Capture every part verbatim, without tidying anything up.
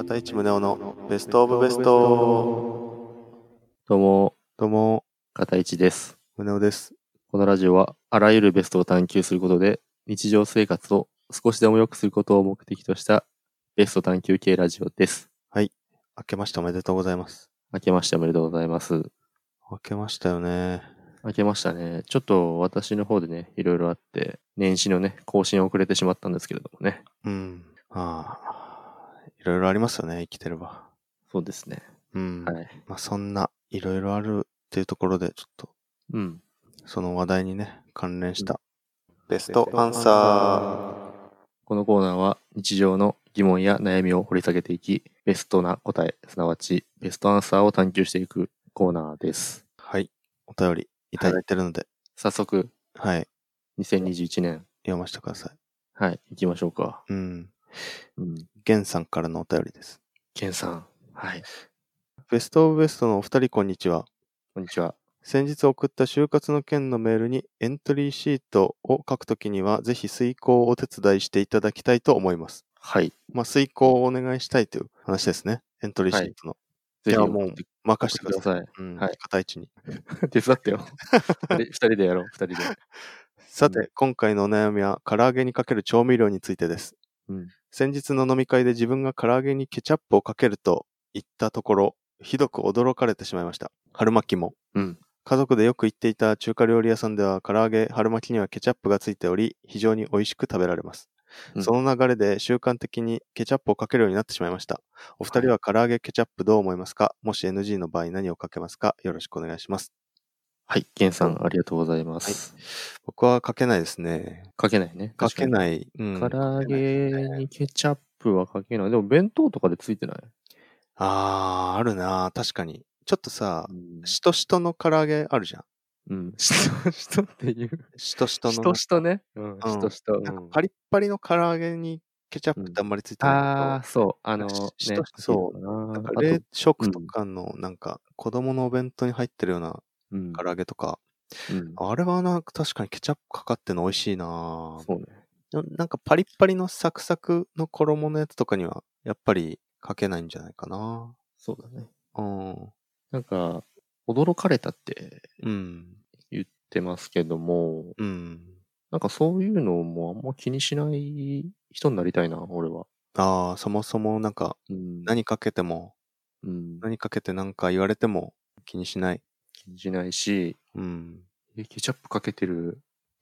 片市宗男のベストオブベスト。 どうも、 どうも、 片市です。 宗男です。 このラジオは、あらゆるベストを探求することで、日常生活を少しでも良くすることを目的としたベスト探求系ラジオです。 はい。明けましておめでとうございます。 明けましておめでとうございます。 明けましたよね。 明けましたね。ちょっと私の方でね、いろいろあって、年始のね、更新遅れてしまったんですけれどもね。 うん。ああ、いろいろありますよね、生きてれば。 そうですね。 うん。 はい。 まあそんないろいろあるっていうところで、ちょっと、 うん。 その話題にね、関連した、ベストアンサこのコーナーは日常の疑問や悩みを掘り下げていき、ベストな答え、すなわちベストアンサーを探求していくコーナーです。 ー。はい。お便りいただいてるので、 早速、 はい。 にせんにじゅういちねん、 読ませてください。 はい、行きましょうか。 うん。 うん。 ゲンさんからのお便りです。 ケンさん、はい、 ベストオブベストのお二人こんにちは。 こんにちは。 先日送った就活の件のメールにエントリーシートを書くときにはぜひ遂行をお手伝いしていただきたいと思います。 はい。 まあ、遂行をお願いしたいという話ですね。エントリーシートの。 ぜひいや、もう送って任せてください。 送ってくださいうん、 はい片一に。 手伝ってよ。二人二人でやろう、二人で。 さて、 うん今回のお悩みは唐揚げにかける調味料についてです。 うん。 先日の飲み会で自分が唐揚げにケチャップをかけると言ったところ、ひどく驚かれてしまいました。春巻きも。 うん。 家族でよく行っていた中華料理屋さんでは唐揚げ、春巻きにはケチャップがついており、非常に美味しく食べられます。 うんその流れで習慣的にケチャップをかけるようになってしまいました。お二人は唐揚げ、ケチャップどう思いますか？もし エヌジー の場合何をかけますか？よろしくお願いします。 はい、ケンさん、ありがとうございます。 僕はかけないですね。 かけないね。 かけい。 ない。うん。 唐揚げにケチャップはかけない。でも弁当とかでついてないあー、あるな。確かに。ちょっとさう、ん。 しとしとの唐揚げあるじゃん。 うん。しとしとっていう。 しとしとのしな。 としとね。うん。 うんしとしと。うなんかん。 パリッパリの唐揚げにケチャップってあんまりついてないけど、 ああ、そう。あのねししと、そうう。 なんかあと、 冷食とかのなんか子供のお弁当に入ってるようなうん。 唐揚げとか、 うん。 あれはなんか確かにケチャップかかってんの美味しいなぁ。 そうね。 ななんかパリッパリのサクサクの衣のやつとかにはやっぱりかけないんじゃないかな。 そうだね。 うん。 なんか、驚かれたってうん。 言ってますけども、 うん。 なんかそういうのもあんま気にしない人になりたいな、俺は。 ああ、そもそもなんかうん。 何かけても、 うん。 何かけてなんか言われても気にしない。 気にしないし、 うん。 えケチャップかけてるって、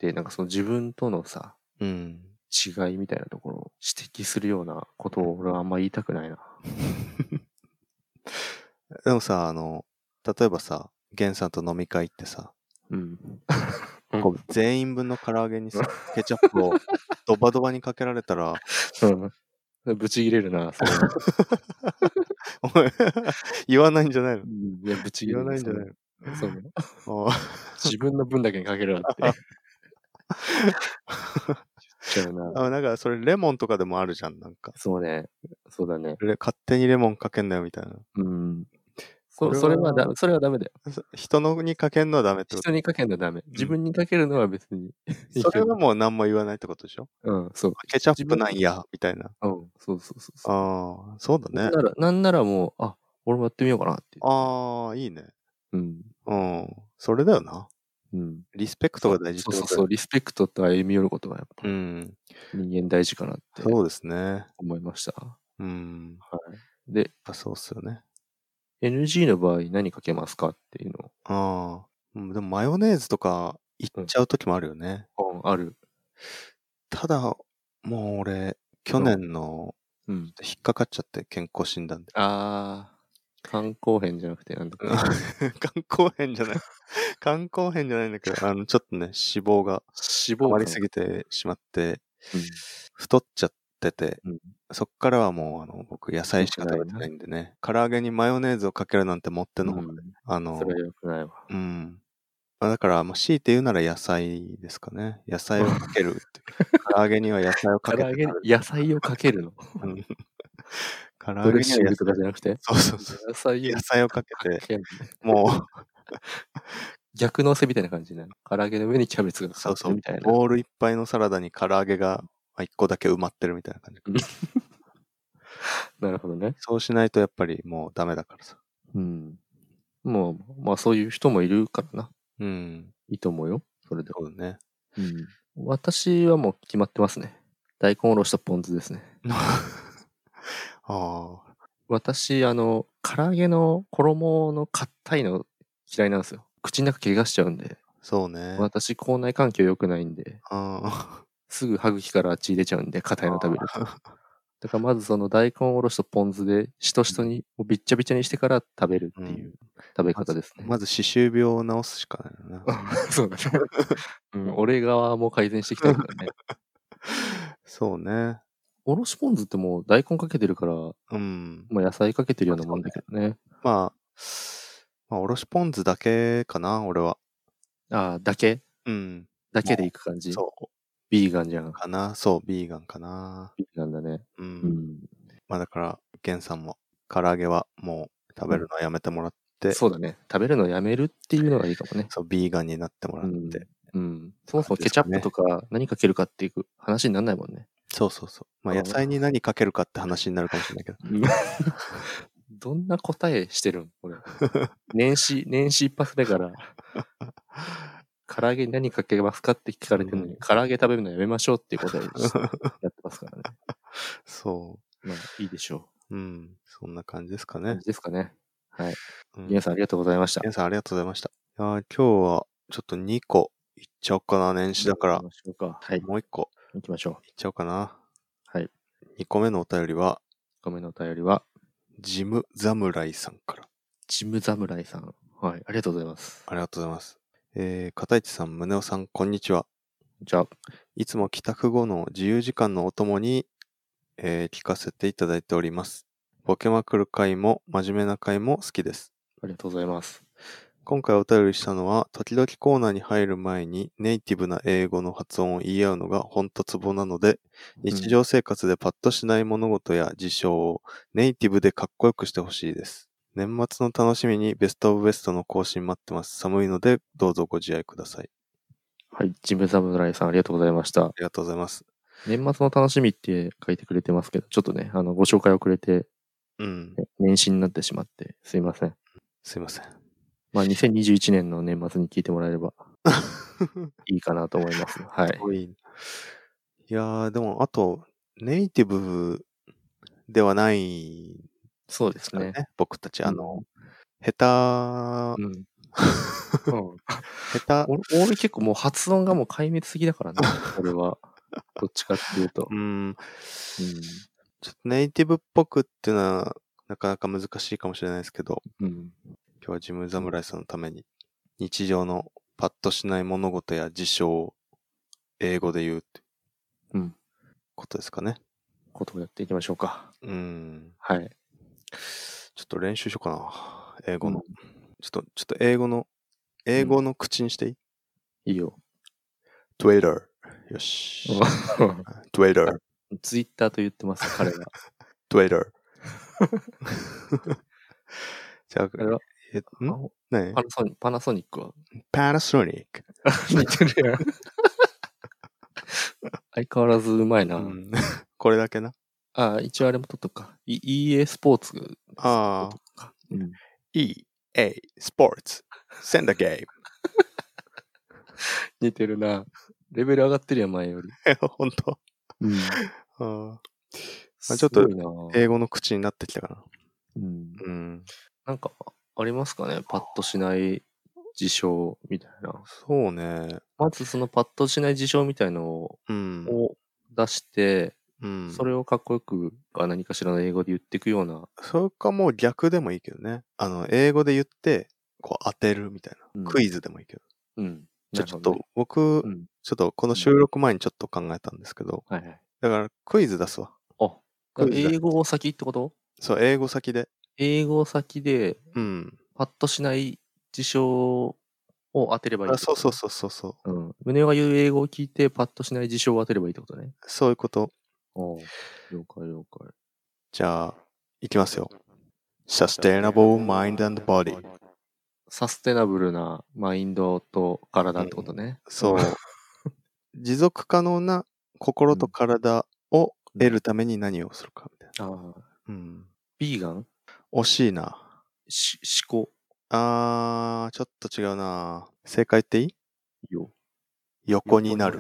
なんかその自分とのさ、 うん。 違いみたいなところを指摘するようなことを俺はあんま言いたくないな。 でもさ、あの、例えばさ、ゲンさんと飲み会行ってさ、 うん。 こう全員分の唐揚げにさ、ケチャップをドバドバにかけられたら、 うん。ぶち切れるな、それは。 お前、言わないんじゃないの？ うん。いや、ぶち切言れるわないんじゃないの？ その、 ああ自分の分だけにかけるわって。言っちゃうな。 あ、なんかそれレモンとかでもあるじゃん、なんか。 そうね。そうだね。 レ勝手にレモンかけんなよみたいな。 うん。そこれはそれはだ、それはダメだよ。 そ人のにかけんのはダメってこと？ 人にかけるのはダメ。自分にかけるのは別にいいそけど。 れはもう何も言わないってことでしょ？ うん、そう。 ケチャップなんや、みたいな。 うん、そうそうそうそう。 ああ、そうだね。 なんなら、なんならもう、あ、俺もやってみようかなって言って。 ああ、いいね。 うん。 うん。それだよな。 うん。 リスペクトが大事ってことだよ。 そうそうそう、リスペクトと歩み寄ることがやっぱうん。 人間大事かなってそうですね。 思いました。 うん。 はい。で、 やっぱそうっすよね。 エヌジー の場合何かけますかっていうの。 ああ。うんでもマヨネーズとかいっちゃう時もあるよね。 うん、ある。 ただ、もう俺、去年のうん。 引っかかっちゃって健康診断で。 あー、肝硬変じゃなくてなんだっけ。 肝硬変じゃない。肝硬変じゃないんだけど、あの、ちょっとね、脂肪が脂肪肝溜まりすぎてしまって、 うん太っちゃってて、 うん。 そっからはもう、あの、僕、野菜しか食べてないんでね、唐揚げにマヨネーズをかけるなんてもってのほかで、 うんあの、 それは良くないわ。 うん。まあだから、まあ、強いて言うなら野菜ですかね。野菜をかけるって。唐揚げには野菜をか唐けて揚げに野菜をかけるの。 うん唐揚ドレげには野ッシングとか菜じゃなくてそうそうそう。 野菜を野菜をかけて、 かけんもう、 逆のせみたいな感じになる。唐揚げの上にキャベツがかかそうそうってるみたいな。 ボールいっぱいのサラダに唐揚げがいっこだけ埋まってるみたいな感じ。 なるほどね。 そうしないとやっぱりもうダメだからさ。 うん。もう、まあそういう人もいるからな。 うん。 いいと思うよ。それで。 そうだね。 うん。私はもう決まってますね。大根おろしとポン酢ですね。 ああ。 私、あの、唐揚げの衣の硬いの嫌いなんですよ。口の中怪我しちゃうんで。 そうね。 私、口内環境良くないんで、 あすぐ歯茎から血出ちゃうんで、硬いの食べると。だからまずその大根おろしとポン酢で、しとしとに、もうびっちゃびちゃにしてから食べるっていう食べまず方ですね。 まず歯周病を治すしかないよな。 そうだね。うん、俺側も改善していきたいけどね。 そうね。 おろしポン酢ってもう大根かけてるから、 うん。 もう野菜かけてるようなもんだけどね。 まあ、まあ、おろしポン酢だけかな、俺は。 ああ、だけうん。 だけでいく感じそう。 ビーガンじゃん。 かな。そう、ビーガンかな。 ビーガンだね。 う。 うんん。 まあだから、ゲンさんも、唐揚げはもう食べるのやめてもらって、 そうだね。食べるのやめるっていうのがいいかもね。 そう、ビーガンになってもらうんって。。 うん。そもそもケチャップとか何かけるかっていう話にならないもんね。 そうそうそう。まああー野菜に何かけるかって話になるかもしれないけど。 どんな答えしてるん俺。年始、年始一発目から、唐揚げに何かけますかって聞かれてるのに、 うん唐揚げ食べるのやめましょうっていう答えしてやってますからね。 そまあ、いいでしょう。うん。そんな感じですかう。感ねじ。ですかね。はい。 うん皆さんありがとうございました。 皆さんありがとうございました。いやー今日はちょっとにこいっちゃおうかな、年始だから行き。ましょうか。はい。 もういっこ行きましょいっちゃおうかな。 う。はい。 にこめのお便りは、 ごめんのお便りは、 ジム侍さんから。 ジム侍さん。はい。ありがとうございます。 ありがとうございます。えー、片市さん、宗男さん、こんにちは。 じゃあ、 いつも帰宅後の自由時間のお供に、えー聞かせていただいております。ボケまくる回も真面目な回も好きです。 ありがとうございます。 今回お便りしたのは、時々コーナーに入る前にネイティブな英語の発音を言い合うのがほんとツボなので、日常生活でパッとしない物事や事象をネイティブでかっこよくしてほしいです。年末の楽しみにベストオブベストの更新待ってます。寒いのでどうぞご自愛ください。 はい。ジム侍さん、ありがとうございましたあ。りがとうございます。 年末の楽しみって書いてくれてますけど、ちょっとね、あの、ご紹介遅れて、 うん。 ね年始になってしまって、すいません。 すいません。 まあ、にせんにじゅういちねんの年末に聞いてもらえればいいかなと思います。はい。 多い。いやー、でも、あと、ネイティブではないそうでね。 ですすからね。僕たち、 うんあの、下うん。うん。 手、下俺俺結構もう発音がもう壊滅的だからね、俺は。どっちかっていうと手、う。ん、 うん。 ちょっとネイティブっぽくっていうのは、なかなか難しいかもしれないですけど、 うん。 今日はジム侍さんのために、日常のパッとしない物事や事象を英語で言うってうん。 ことですかね。 ことをやっていきましょうか。 うん。 はい。 ちょっと練習しようかな。英語の。 うんちょっと、ちょっと英語の、英語の口にしていい、 いいよ。 ?Twitter。よし。Twitter。 ツイッターと言ってます、彼が。 Twitter。じゃあ、 あれはえ、んあ何パナソニパナソニックはパナソニック。 似てるやん。相変わらずうまいな。 うん、これだけな。 あ、一応あれも取っとくか。イーエー スポーツ。 ああ。 うん、 E A Sports。Send a game。 似てるな。レベル上がってるやん、前より。 え、ほんと。 うん。 ああ、ちょっとすごいな。 英語の口になってきたかな。 うん。 うん。 なんか、ありますかねパッとしない事象みたいな。 そうね。 まずそのパッとしない事象みたいのうん。 を出して、 うん。 それをかっこよく何かしらの英語で言っていくような。 それかもう逆でもいいけどね。あの、英語で言って、こう当てるみたいな。 うんクイズでもいいけど。 うん。 じゃあちょっとなるほどね、 僕、 うん。 ちょっとこの収録前にちょっと考えたんですけど、 はいはい。 だからクイズ出すわ。 あ、 クイズだ英語を先ってこと？ そう、英語先で。 英語を先で、 うん。 パッとしない事象を当てればいいっあ、 てことね。 そうそうそうそうそう。 うん。宗男が言う英語を聞いて、パッとしない事象を当てればいいってことね。 そういうこと。 おう了解了解。 じゃあ、いきますよ。Sustainable Mind and Body。 サステナブルなマインドと体ってことね。 そう。持続可能な心と体を得るために何をするかみたいな。 ああ、 うん。 ビーガン惜しいな。 し、思考。 あー、ちょっと違うな。正解っていい？ いいよ。 横になる。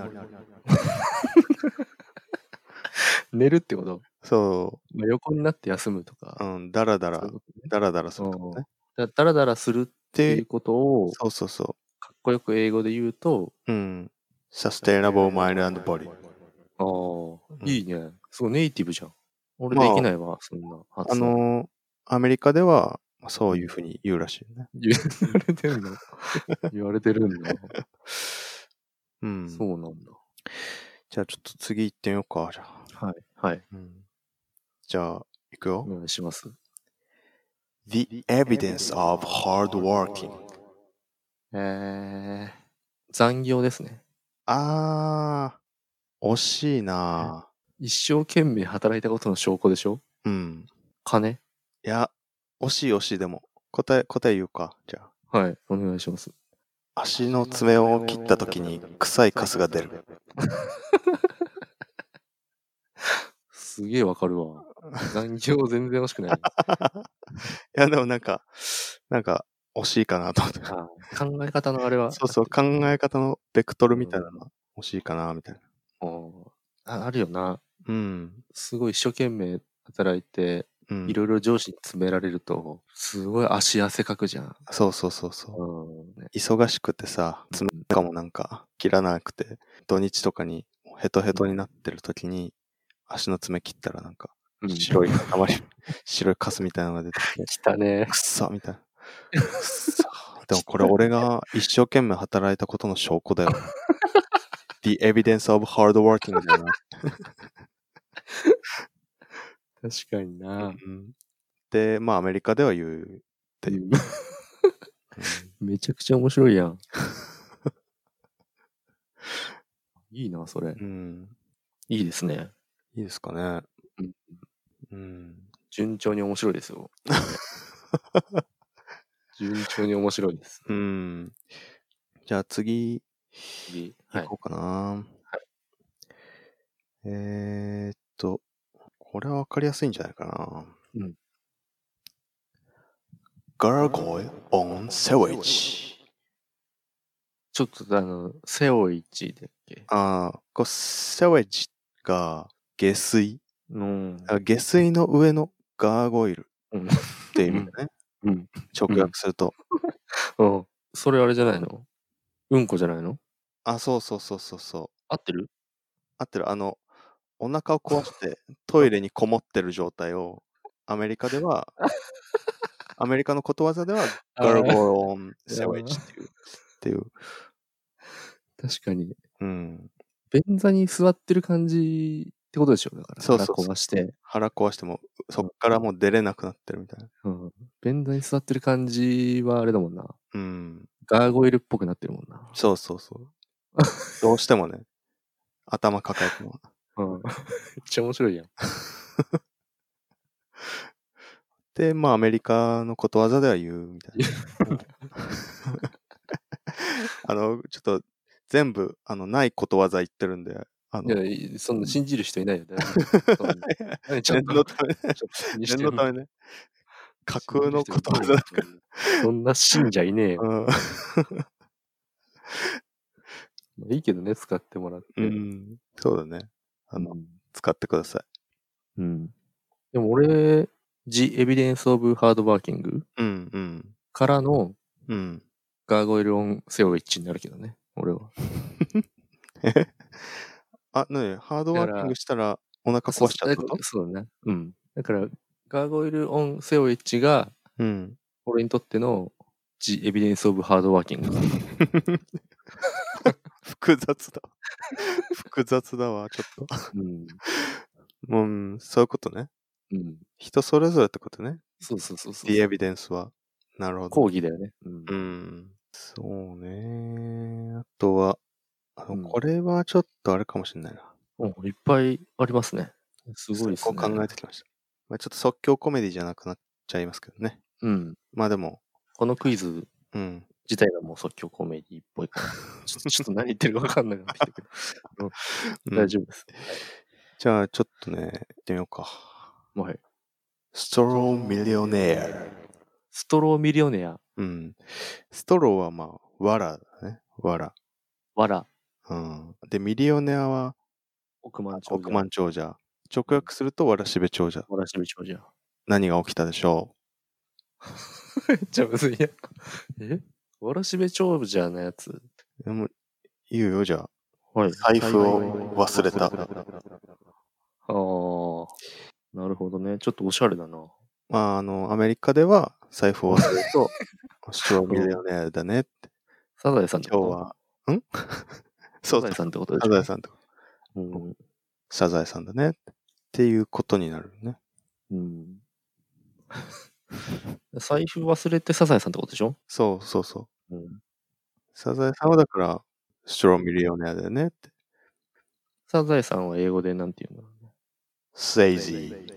寝るってこと？ そまあ、横になって休むとう。うか。 ん、だらだら、 そういうことね。 だらだらするってことね。 だだらだらするっていで、 うことを、 そうそうそかっこよく英語で言うと、 う。うん。Sustainable Mind and Body。 ああ、 うんいいね。すごいネイティブじゃん。俺まあできないわ、そんなあ発音。 のーアメリカではそういうふうに言うらしいよね。 言われてんの言われてるんだ。 うん。 そうなんだ。 じゃあちょっと次行ってみようか。じゃあ。 はい。はい。 うん、じゃあ、行くよ。 お願いします。 The evidence of hard working。 えー、残業ですね。 あー、惜しいな。 一生懸命働いたことの証拠でしょ？ うん。 金？ いや、惜しい惜しいでも。答え、答え言うか。じゃあ。 はい。お願いします。 足の爪を切った時に臭いカスが出る。 すげえわかるわ。残業全然惜しくない。 いや、でもなんか、なんか、惜しいかなと思って。 あ考え方のあれは。 そうそう、考え方のベクトルみたいなのが惜しいかな、みたいな。 ああるよな。 うん。 すごい一生懸命働いて、 うん、 いろいろ上司に詰められると、すごい足汗かくじゃん。 そうそうそうそう。 うんね、 忙しくてさ、爪とかもなんか切らなくて、土日とかにヘトヘトになってる時に、足の爪切ったらなんか、白い塊、白いカスみたいなのが出てきて、 来たね。 くっさみたいな。くっさでもこれ俺が一生懸命働いたことの証拠だよ。The evidence of hard working だよな。 確かにな。 うん、で、まあアメリカでは言うっていう。 うんめちゃくちゃ面白いやん。いいな、それ。 うん。 いいですね。 いいですかね。 うんうん。 順調に面白いですよ。順調に面白いです。 うん。じゃあ次、 次、はい。 行こうかな。えーっと、これはわかりやすいんじゃないかな。 うん。 Gargoyle on sewage。 ちょっとあの、セオイチだっけ？ ああ、こう、sewage が下水。 うん。 あ下水の上のガーゴイルうん。 って意味だね。 うん。 直訳すると。 うん。それあれじゃないの？うんこじゃないの？ あ、そうそうそうそうそう。 合ってる？ 合ってる。あの、お腹を壊してトイレにこもってる状態を、アメリカでは、アメリカのことわざでは、gargoyle on sewage っていう、っていう。 確かに。 うん。 便座に座ってる感じってことでしょ？だから、腹そうそうそう壊して。 腹壊しても、そっからもう出れなくなってるみたいな。 うん。便座に座ってる感じはあれだもんな。 うん。 ガーゴイルっぽくなってるもんな。 そうそうそう。どうしてもね、頭抱えても。 うん。めっちゃ面白いやん。 で、まあアメリカのことわざでは言うみたいな。あの、ちょっと全部、あの、ないことわざ言ってるんで、あの、 いや、そんな信じる人いないよ。大丈夫。何ちょっ念と、 のためね、 ちょっと気にし念てる。 のためね、架空のことわざだから。 そんな信者いねえよ。 うん。 いいけどね、使ってもらって。 うん。そうだね。あの、 うん、 使ってください。 うん。でも俺、The Evidence of Hard Working うんうん。 からのうん。 ガーゴイルオンセオイチになるけどね、俺は。 えあ、なにハードワーキングしたらお腹壊しちゃったことそうだね。うん。だから、ガーゴイルオンセオイチが、 うん。 俺にとっての The Evidence of Hard Working。 複雑だ。複雑だわ、ちょっと。 うん。 うん、そういうことね。 うん。 人それぞれってことね。 そうそうそうそう。 The evidence は。なるほど。 講義だよね。うん。 うん。そうね。あとは、あの、 うんこれはちょっとあれかもしれないな。 おいっぱいありますね。すごいですね。 こう考えてきました。まあ、ちょっと即興コメディじゃなくなっちゃいますけどね。 うん。 まあでも、 このクイズうん。 自体がもう即興コメディっぽいから、ちょちょっと何言ってるか分かんなくなってきたけど。うん、大丈夫です。 じゃあ、ちょっとね、行ってみようか。 はい。 ストローミリオネア。 ストローミリオネア。 うん。ストローはまあ、わらだね。わら。 わら。 うん。で、ミリオネアは億万長者。 億万長者。直訳するとわらしべ長者。 わらしべ長者。 何が起きたでしょうめっちゃむずいや。えわらしべ長者のやつ。 でも言うよ、じゃあ。 はい。 財布を忘れた。 ああ、なるほどね。ちょっとおしゃれだな。 まあ、あの、アメリカでは財布を忘れると、ストローミリオネアだねって。 サザエさんってこと今日は、んそうサザエさんってことでしょサザエさんってこと。 うん。 サザエさんだねっていうことになるね。 うん。財布忘れてサザエさんってことでしょそうそうそう。 うん。 サザエさんはだから、ストローミリオネアだよねって。 サザエさんは英語でなんて言うんだろうね。 セイジー。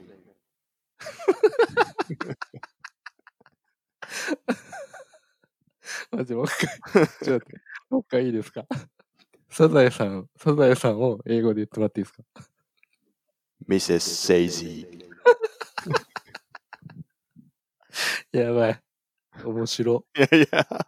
マジもう一回、ちょっと待って、もう一回いいですかサザエさん、サザエさんを英語で言ってもらっていいですかミセスセイジー。やばい。面白。 いやいや。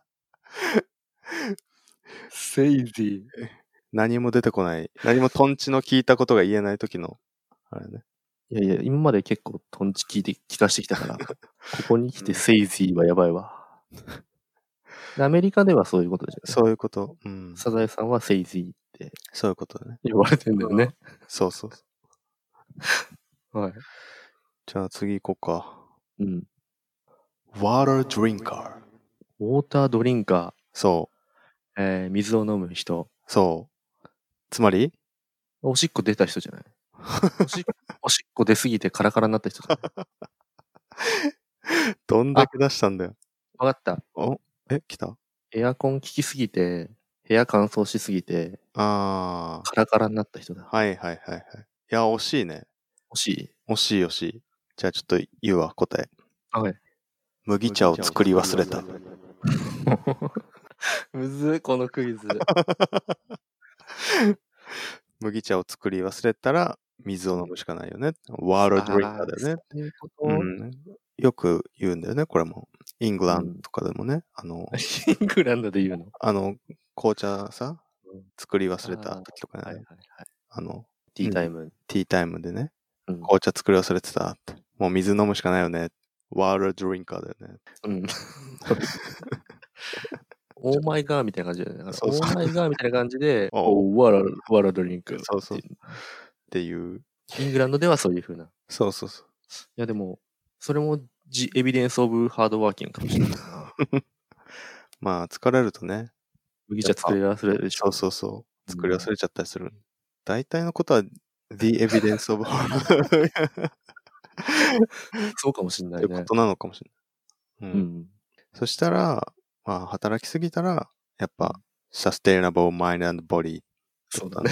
セイジー。 何も出てこない。何もトンチの聞いたことが言えない時の、あれね。 いやいや、今まで結構トンチ聞いて、聞かしてきたから、ここに来てセイジーはやばいわ。アメリカではそういうことでしょ、ね。 そういうこと。うん。 サザエさんはセイジーってそういうことだね。 言われてんだよね。 そうそうそはい。 じゃあ次行こうか。 うん。 water drinker。 ウォータードリンカー。 そう。 えー、水を飲む人。 そう。つまりおしっこ出た人じゃないおしおしっこ出すぎてカラカラになった人じゃないどんだけ出したんだよ。 わかった。 おえ、来たエアコン効きすぎて、部屋乾燥しすぎて、 あカラカラになった人だ。 あ。はいはいはいはい。いや、惜しいね。 惜しい。 惜しい惜しい。じゃあちょっと言うわ、答え。 はい。 麦茶を作り忘れた。 むずい、このクイズ。 麦茶を作り忘れたら水を飲むしかないよね。water drinker だよね。 そういうこと、 うん。よく言うんだよね、これも。イングランドとかでもね。あの、 イングランドで言うのあの、紅茶さうん、 作り忘れた時とかね。 はいはいはい。 あの、 ティータイム。 ティータイムでね。 うん。 紅茶作り忘れてたって。もう水飲むしかないよね。water drinker だよね。 うん。オーマイガーみたいな感じだよね。だからそうそうオーマイガーみたいな感じで、 おおワラ、ワラドリンク。 そうそうっていう。 イングランドではそういう風な。いそうそうそう。 やでも、それもジエビデンスオブハードワーキングかもしれないな。 まあ、疲れるとね。 麦茶作り忘れるでしょ。 そうそうそう。作り忘れちゃったりする。大体のことは the evidence of そうかもしれないね。 ってことなのかもしれない。う。 うんん。 そしたら、まあ、働きすぎたら、やっぱ、sustainable mind and body。 そうだね。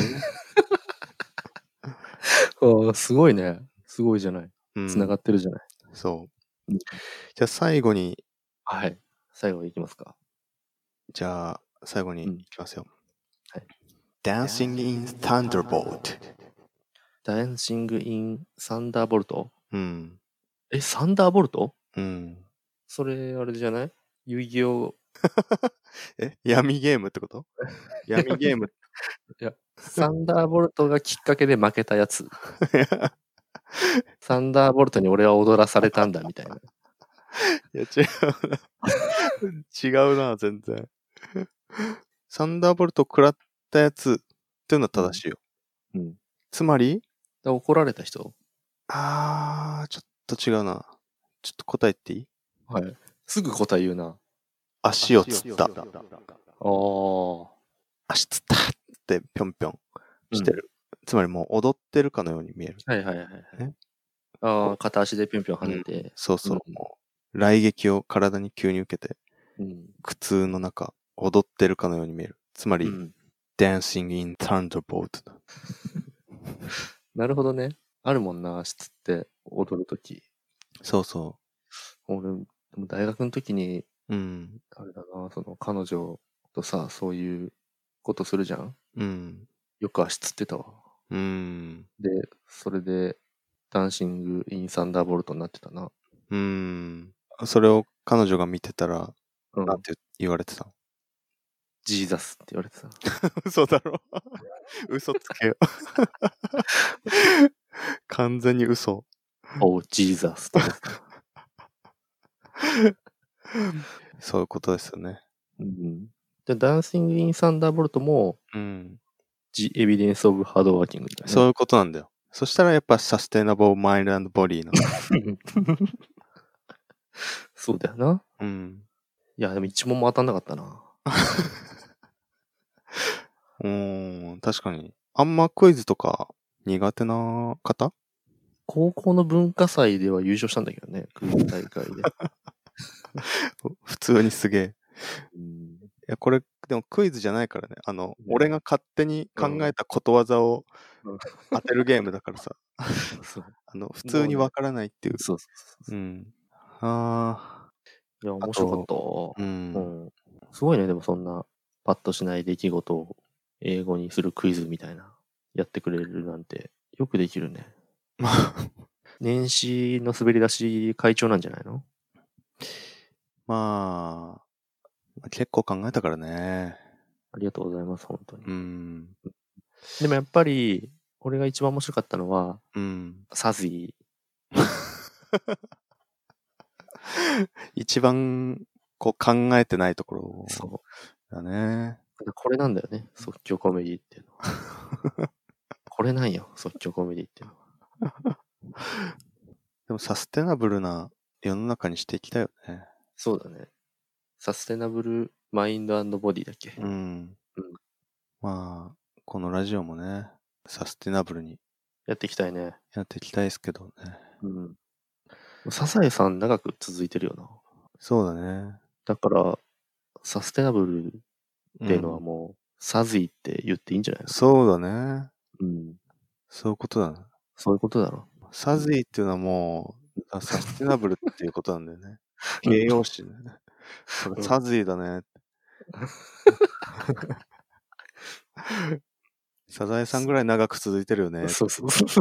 ああ、すごいね。すごいじゃない。 うん。 つながってるじゃない。 そう。 うんじゃあ最後に、 はい。最後いきますか。 じゃあ最後にうんいきますよ。 はい。 Dancing in Thunderbolt。 ダンシング・イン・サンダーボルトうん。 え、サンダーボルトうん。 それ、あれじゃない遊戯王。 え闇ゲームってこと闇ゲーム。 いや、サンダーボルトがきっかけで負けたやつ。サンダーボルトに俺は踊らされたんだみたいな。 いや、違うな。違うな、全然。サンダーボルト食らったやつっていうのは正しいよ。 うん。 つまりで怒られた人あー、ちょっと違うな。ちょっと答えていいはい。すぐ答え言うな。 足をつった。 ああ。 足つったってぴょんぴょんしてる。つまりもう踊ってるかのように見える。 はいはいはいはいね。 ああ、片足でぴょんぴょん跳ねて。 そうそう。 うんもう雷撃を体に急に受けて、 うん。 苦痛の中、踊ってるかのように見える。つまり、 うん。 Dancing in Thunderbolt だ。 なるほどね。あるもんな、足つって踊るとき。 そうそ俺、でも大学の時に、 う。うん。 あれだな、その彼女とさ、そういうことするじゃんうん。 よく足つってたわ。 うん。 で、それで、 ダンシング・イン・サンダーボルトになってたな。 うーん。それを彼女が見てたら、 うん。 なんて言われてたの？ ジーザスって言われてた。 嘘だろ。嘘つけよ。完全に嘘。 おう、ジーザスって言われてた。 そういうことですよね。 うん。で、ダンシング・イン・サンダーボルトも、 うん。 ジ・エビデンス・オブ・ハードワーキングだよね。 そういうことなんだよ。そしたらやっぱサステナブル・マインド・アンド・ボディなの。 そうだよな。 うん。 いや、でも一問も当たんなかったな。 うーん、確かに。あんまクイズとか苦手な方？ 高校の文化祭では優勝したんだけどね、クイズ大会で。 普通にすげえ。 うん、 いや、これ、でもクイズじゃないからね。あの、 ね、 俺が勝手に考えたことわざを当てるゲームだからさ。 そうあの、普通にわからないっていう。 ね、そうそうそう。 うん。ああ。 いや、面白かった。 うん、 うん。すごいね、でもそんな、パッとしない出来事を英語にするクイズみたいな、やってくれるなんて、よくできるね。年始の滑り出し会長なんじゃないの？ まあ、結構考えたからね。 ありがとうございます、本当に。 うん。 でもやっぱり、俺が一番面白かったのは、 うん。 サズィ。 一番、こう考えてないところそうだね。 これなんだよね、即興コメディっていうのは。これなんよ、即興コメディっていうのは。 でもサステナブルな世の中にしていきたいよね。 そうだね。サステナブルマインド&ボディだっけ？ うん。うん。まあ、このラジオもね、サステナブルにやっていきたいね。 やっていきたいですけどね。 うん。サザエさん長く続いてるよな。 そうだね。 だから、サステナブルっていうのはもう、うん、サズィって言っていいんじゃないの？ そうだね。 うん。 そういうことだな。 そういうことだろ。 サズィっていうのはもう、サステナブルっていうことなんだよね。形容詞ね。それサズィだね。サザエさんぐらい長く続いてるよね。 そうそうそう。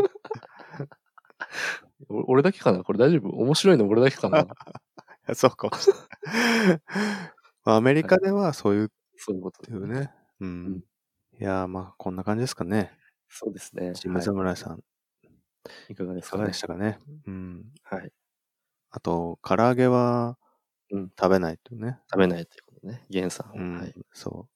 俺だけかな？これ大丈夫？面白いの俺だけかな？ そうかもしれない。まあ、アメリカではそういう、はい、 そういうことっていうね。うん。うん、いやー、まあ、こんな感じですかね。 そうですね。 チーム侍さん。 はい、いかがですかね。いかがでしたかね。うん。 はい。 あと、唐揚げは、うん、食べないとね。 食べないっていうことね。ゲンさん。 うん、 はい。そう。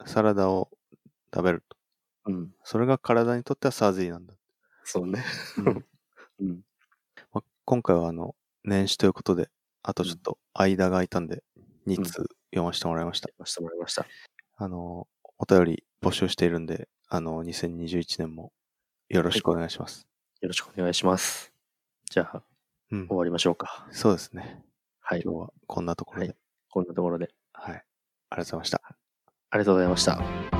サラダを食べると。 うん。 それが体にとってはサズィなんだ。 そうね。うんうんまあ、今回はあの、年始ということで、あとちょっと間が空いたんで、につ読ませてもらいました。 読ませてもらいました。 あの、お便り募集しているんで、あの、にせんにじゅういちねんもよろしくお願いします。はい、 よろしくお願いします。じゃあ、うん、終わりましょうか。 そうですね。 はい。 今日はこんなところで。 はい、こんなところで。 はい。ありがとうございました。 ありがとうございました。